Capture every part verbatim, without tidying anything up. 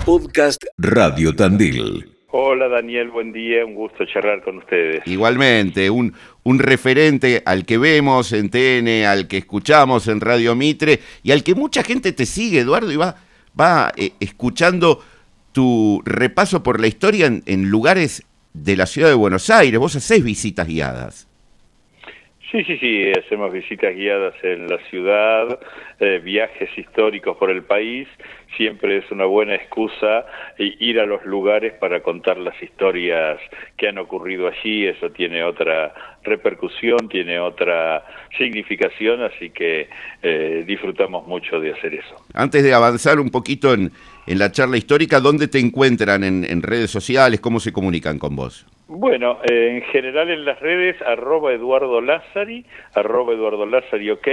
Podcast Radio Tandil. Hola Daniel, buen día, un gusto charlar con ustedes. Igualmente, un, un referente al que vemos en T N, al que escuchamos en Radio Mitre y al que mucha gente te sigue, Eduardo, y va, va eh, escuchando tu repaso por la historia en, en lugares de la ciudad de Buenos Aires. Vos hacés visitas guiadas. Sí, sí, sí, hacemos visitas guiadas en la ciudad, eh, viajes históricos por el país. Siempre es una buena excusa ir a los lugares para contar las historias que han ocurrido allí. Eso tiene otra repercusión, tiene otra significación, así que eh, disfrutamos mucho de hacer eso. Antes de avanzar un poquito en, en la charla histórica, ¿dónde te encuentran en, en redes sociales? ¿Cómo se comunican con vos? Bueno, eh, en general en las redes, arroba Eduardo Lázari, arroba Eduardo Lázari, ok,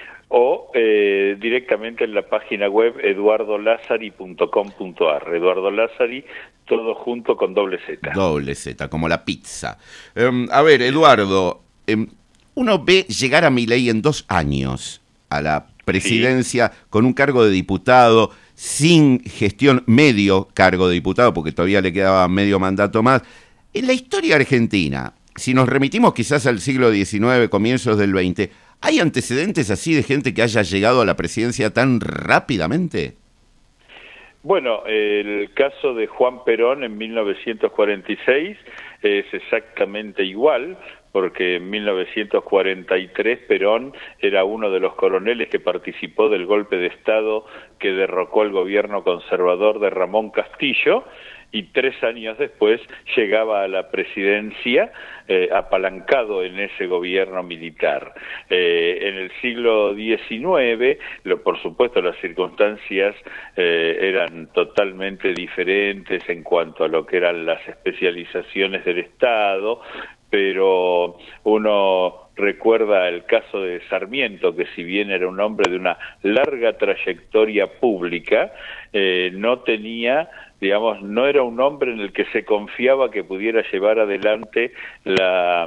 o eh, directamente en la página web eduardo lázari punto com punto a r. Eduardo Lázari, todo junto con doble Z. Doble Z, como la pizza. Um, a ver, Eduardo, um, uno ve llegar a Milei en dos años a la presidencia, sí, con un cargo de diputado, sin gestión, medio cargo de diputado, porque todavía le quedaba medio mandato más. En la historia argentina, si nos remitimos quizás al siglo diecinueve, comienzos del veinte, ¿hay antecedentes así de gente que haya llegado a la presidencia tan rápidamente? Bueno, el caso de Juan Perón en mil novecientos cuarenta y seis es exactamente igual, porque en mil novecientos cuarenta y tres Perón era uno de los coroneles que participó del golpe de Estado que derrocó el gobierno conservador de Ramón Castillo, y tres años después llegaba a la presidencia eh, apalancado en ese gobierno militar. Eh, en el siglo diecinueve, lo, por supuesto, las circunstancias eh, eran totalmente diferentes en cuanto a lo que eran las especializaciones del Estado, pero uno recuerda el caso de Sarmiento, que si bien era un hombre de una larga trayectoria pública, eh, no tenía, digamos, no era un hombre en el que se confiaba que pudiera llevar adelante la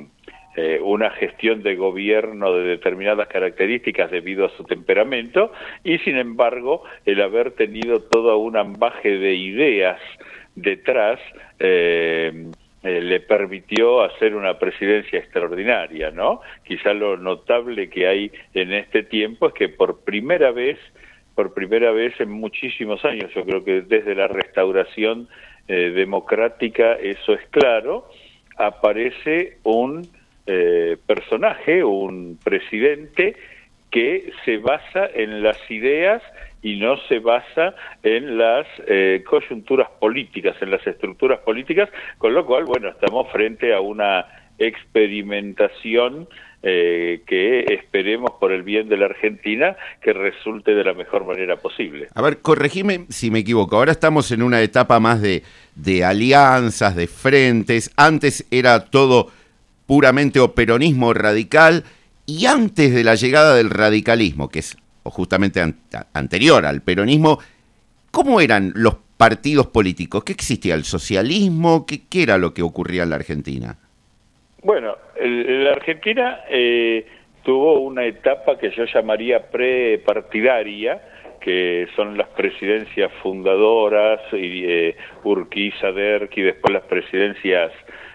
eh, una gestión de gobierno de determinadas características debido a su temperamento, y sin embargo el haber tenido todo un ambaje de ideas detrás eh, Eh, le permitió hacer una presidencia extraordinaria, ¿no? Quizá lo notable que hay en este tiempo es que por primera vez, por primera vez en muchísimos años, yo creo que desde la restauración eh, democrática, eso es claro, aparece un eh, personaje, un presidente que se basa en las ideas y no se basa en las eh, coyunturas políticas, en las estructuras políticas, con lo cual, bueno, estamos frente a una experimentación eh, que esperemos por el bien de la Argentina que resulte de la mejor manera posible. A ver, corregime si me equivoco, ahora estamos en una etapa más de, de alianzas, de frentes, antes era todo puramente o peronismo radical, y antes de la llegada del radicalismo, que es o justamente an anterior al peronismo, ¿cómo eran los partidos políticos? ¿Qué existía? ¿El socialismo? ¿Qué, qué era lo que ocurría en la Argentina? Bueno, el, la Argentina eh, tuvo una etapa que yo llamaría prepartidaria, que son las presidencias fundadoras, y eh, Urquiza, Derqui, y después las presidencias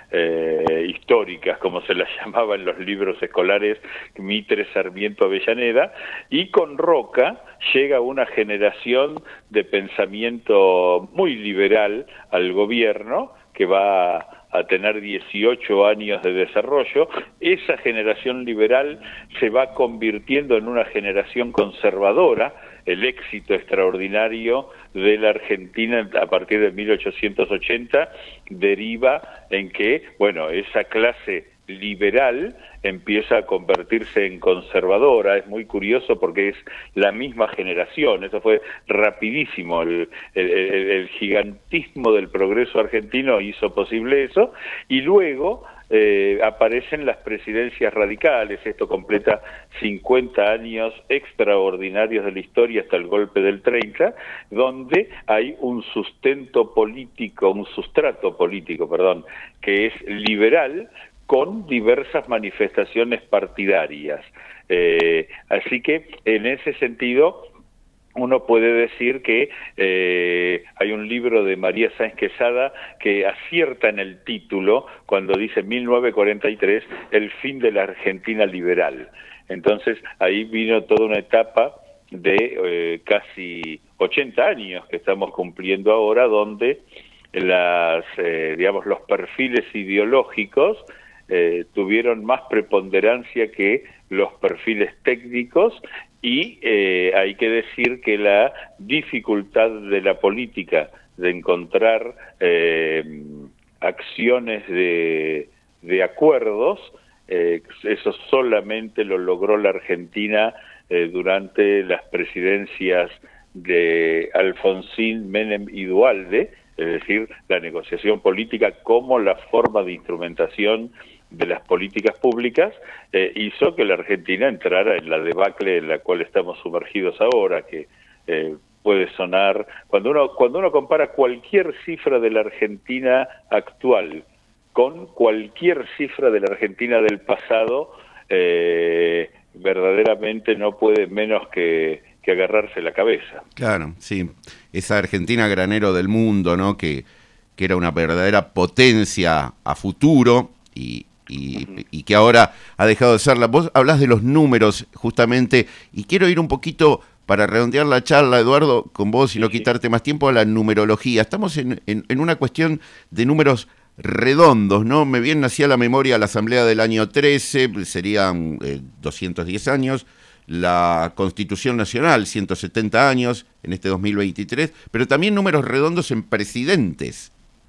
Eh, históricas, como se las llamaba en los libros escolares, Mitre, Sarmiento, Avellaneda, y con Roca llega una generación de pensamiento muy liberal al gobierno, que va a tener dieciocho años de desarrollo. Esa generación liberal se va convirtiendo en una generación conservadora. El éxito extraordinario de la Argentina a partir de mil ochocientos ochenta deriva en que, bueno, esa clase liberal empieza a convertirse en conservadora. Es muy curioso porque es la misma generación, eso fue rapidísimo, el, el, el, el gigantismo del progreso argentino hizo posible eso, y luego eh, aparecen las presidencias radicales. Esto completa cincuenta años extraordinarios de la historia hasta el golpe del treinta, donde hay un sustento político, un sustrato político, perdón, que es liberal, con diversas manifestaciones partidarias. Eh, así que, en ese sentido, uno puede decir que eh, hay un libro de María Sáenz Quesada que acierta en el título cuando dice mil novecientos cuarenta y tres, el fin de la Argentina liberal. Entonces ahí vino toda una etapa de eh, casi ochenta años que estamos cumpliendo ahora, donde las, eh, digamos, los perfiles ideológicos eh, tuvieron más preponderancia que los perfiles técnicos. Y eh, hay que decir que la dificultad de la política de encontrar eh, acciones de, de acuerdos, eh, eso solamente lo logró la Argentina eh, durante las presidencias de Alfonsín, Menem y Duhalde, es decir, la negociación política como la forma de instrumentación de las políticas públicas, eh, hizo que la Argentina entrara en la debacle en la cual estamos sumergidos ahora, que eh, puede sonar, cuando uno, cuando uno compara cualquier cifra de la Argentina actual con cualquier cifra de la Argentina del pasado, eh, verdaderamente no puede menos que, que agarrarse la cabeza. Claro, sí, esa Argentina granero del mundo, ¿no? Que, que era una verdadera potencia a futuro y Y, y que ahora ha dejado de serla. Vos hablás de los números, justamente, y quiero ir un poquito, para redondear la charla, Eduardo, con vos y no quitarte más tiempo, a la numerología. Estamos en, en, en una cuestión de números redondos, ¿no? Me viene así a la memoria la Asamblea del año trece, serían eh, doscientos diez años, la Constitución Nacional, ciento setenta años, en este dos mil veintitrés, pero también números redondos en presidentes.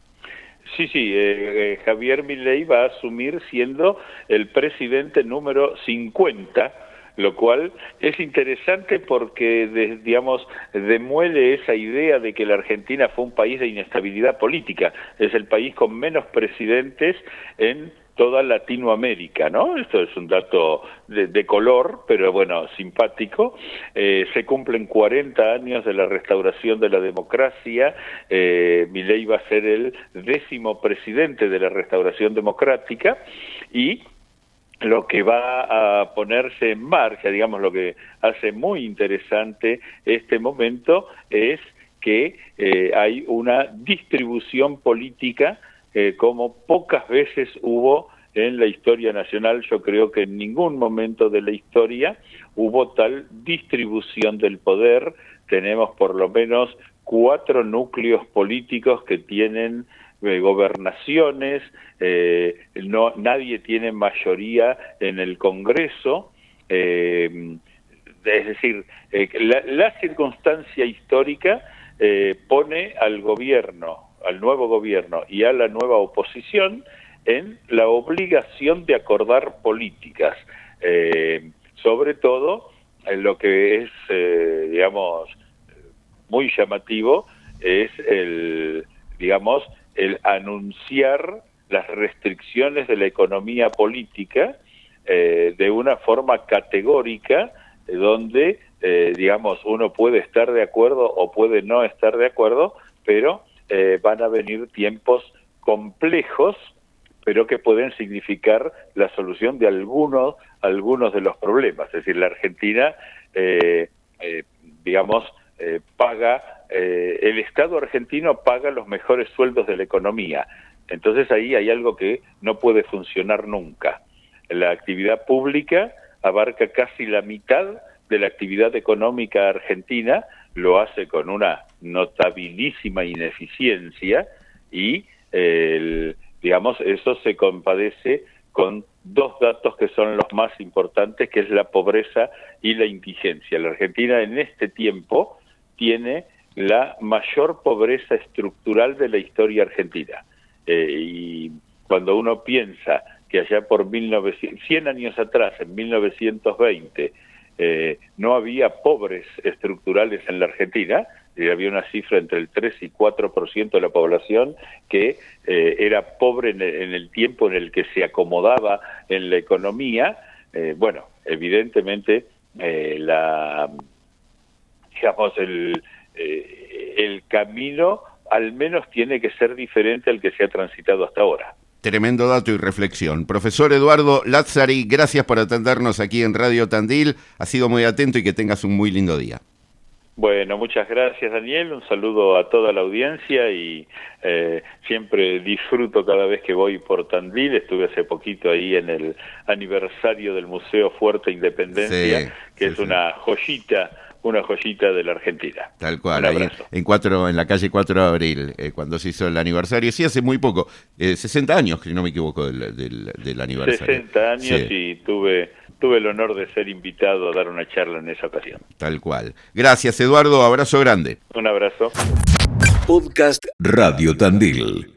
Sí, sí, eh, eh, Javier Milei va a asumir siendo el presidente número cincuenta, lo cual es interesante porque, de, digamos, demuele esa idea de que la Argentina fue un país de inestabilidad política. Es el país con menos presidentes en toda Latinoamérica, ¿no? Esto es un dato de, de color, pero bueno, simpático. Eh, se cumplen cuarenta años de la restauración de la democracia. Eh, Milei va a ser el décimo presidente de la restauración democrática y lo que va a ponerse en marcha, digamos, lo que hace muy interesante este momento es que eh, hay una distribución política Eh, como pocas veces hubo en la historia nacional. Yo creo que en ningún momento de la historia hubo tal distribución del poder. Tenemos por lo menos cuatro núcleos políticos que tienen eh, gobernaciones, eh, no, nadie tiene mayoría en el Congreso, eh, es decir, eh, la, la circunstancia histórica eh, pone al gobierno al nuevo gobierno y a la nueva oposición en la obligación de acordar políticas, eh, sobre todo en lo que es, eh, digamos, muy llamativo, es el, digamos, el anunciar las restricciones de la economía política eh, de una forma categórica, eh, donde, eh, digamos, uno puede estar de acuerdo o puede no estar de acuerdo, pero Eh, van a venir tiempos complejos, pero que pueden significar la solución de algunos, algunos de los problemas. Es decir, la Argentina, eh, eh, digamos, eh, paga, eh, el Estado argentino paga los mejores sueldos de la economía. Entonces ahí hay algo que no puede funcionar nunca. La actividad pública abarca casi la mitad de la actividad económica argentina, lo hace con una notabilísima ineficiencia y, eh, el, digamos, eso se compadece con dos datos que son los más importantes, que es la pobreza y la indigencia. La Argentina en este tiempo tiene la mayor pobreza estructural de la historia argentina. Eh, y cuando uno piensa que allá por mil novecientos, cien años atrás, en mil novecientos veinte, Eh, no había pobres estructurales en la Argentina, eh, había una cifra entre el tres y cuatro por ciento de la población que eh, era pobre en el, en el tiempo en el que se acomodaba en la economía. Eh, bueno, evidentemente eh, la, digamos, el, eh, el camino al menos tiene que ser diferente al que se ha transitado hasta ahora. Tremendo dato y reflexión. Profesor Eduardo Lazzari, gracias por atendernos aquí en Radio Tandil. Ha sido muy atento y que tengas un muy lindo día. Bueno, muchas gracias, Daniel, un saludo a toda la audiencia y eh, siempre disfruto cada vez que voy por Tandil. Estuve hace poquito ahí en el aniversario del Museo Fuerte Independencia, Sí, que sí, es sí. una joyita, una joyita de la Argentina. Tal cual, Un ahí abrazo. en, cuatro, en la calle cuatro de abril, eh, cuando se hizo el aniversario, sí, hace muy poco, eh, sesenta años, que no me equivoco, del, del, del aniversario. sesenta años Sí, y tuve, tuve el honor de ser invitado a dar una charla en esa ocasión. tal cual. Gracias, Eduardo, abrazo grande. Un abrazo. Podcast Radio Tandil.